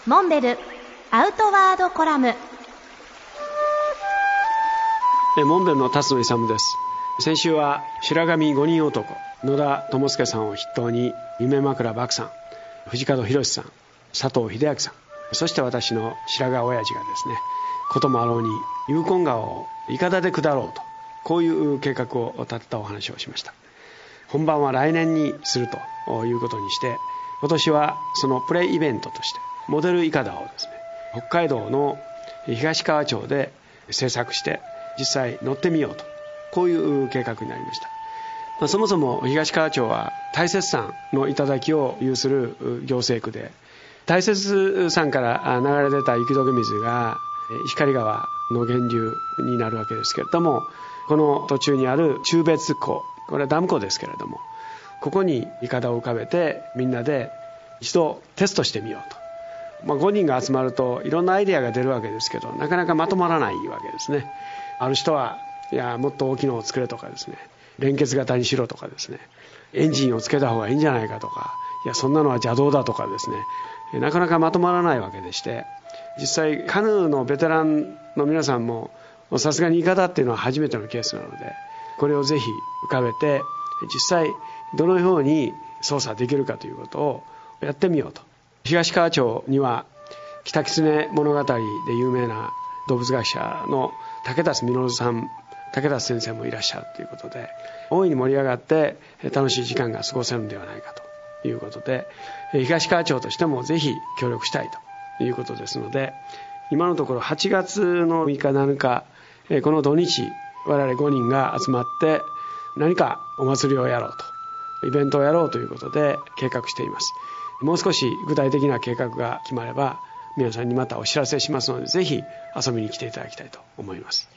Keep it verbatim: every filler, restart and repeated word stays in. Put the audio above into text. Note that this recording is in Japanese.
モンベルアウトワードコラム。 モンベルの辰野勇です。先週は白神五人男野田智介さんを筆頭に夢枕獏さん、藤門博さん、佐藤秀明さん、そして私の白髪親父がですね、こともあろうに有根川をいかだで下ろうと、こういう計画を立てたお話をしました。本番は来年にするということにして、今年はそのプレイイベントとしてモデルいかだをですね、北海道の東川町で制作して実際乗ってみようと、こういう計画になりました。まあ、そもそも東川町は大雪山の頂を有する行政区で、大雪山から流れ出た雪解け水が石狩川の源流になるわけですけれども、この途中にある中別湖、これはダム湖ですけれども、ここにいかだを浮かべてみんなで一度テストしてみようと。まあ、ごにんが集まるといろんなアイデアが出るわけですけど、なかなかまとまらないわけですね。ある人はいやもっと大きいのを作れとかですね、連結型にしろとかですね、エンジンをつけた方がいいんじゃないかとか、いやそんなのは邪道だとかですね、なかなかまとまらないわけでして、実際カヌーのベテランの皆さんもさすがにいかだっていうのは初めてのケースなので、これをぜひ浮かべて実際どのように操作できるかということをやってみようと。東川町には北狐物語で有名な動物学者の竹田実さん、竹田先生もいらっしゃるということで、大いに盛り上がって楽しい時間が過ごせるのではないかということで、東川町としてもぜひ協力したいということですので、今のところはちがつのみっかなのか、この土日我々ごにんが集まって何かお祭りをやろうと、イベントをやろうということで計画しています。もう少し具体的な計画が決まれば皆さんにまたお知らせしますので、ぜひ遊びに来ていただきたいと思います。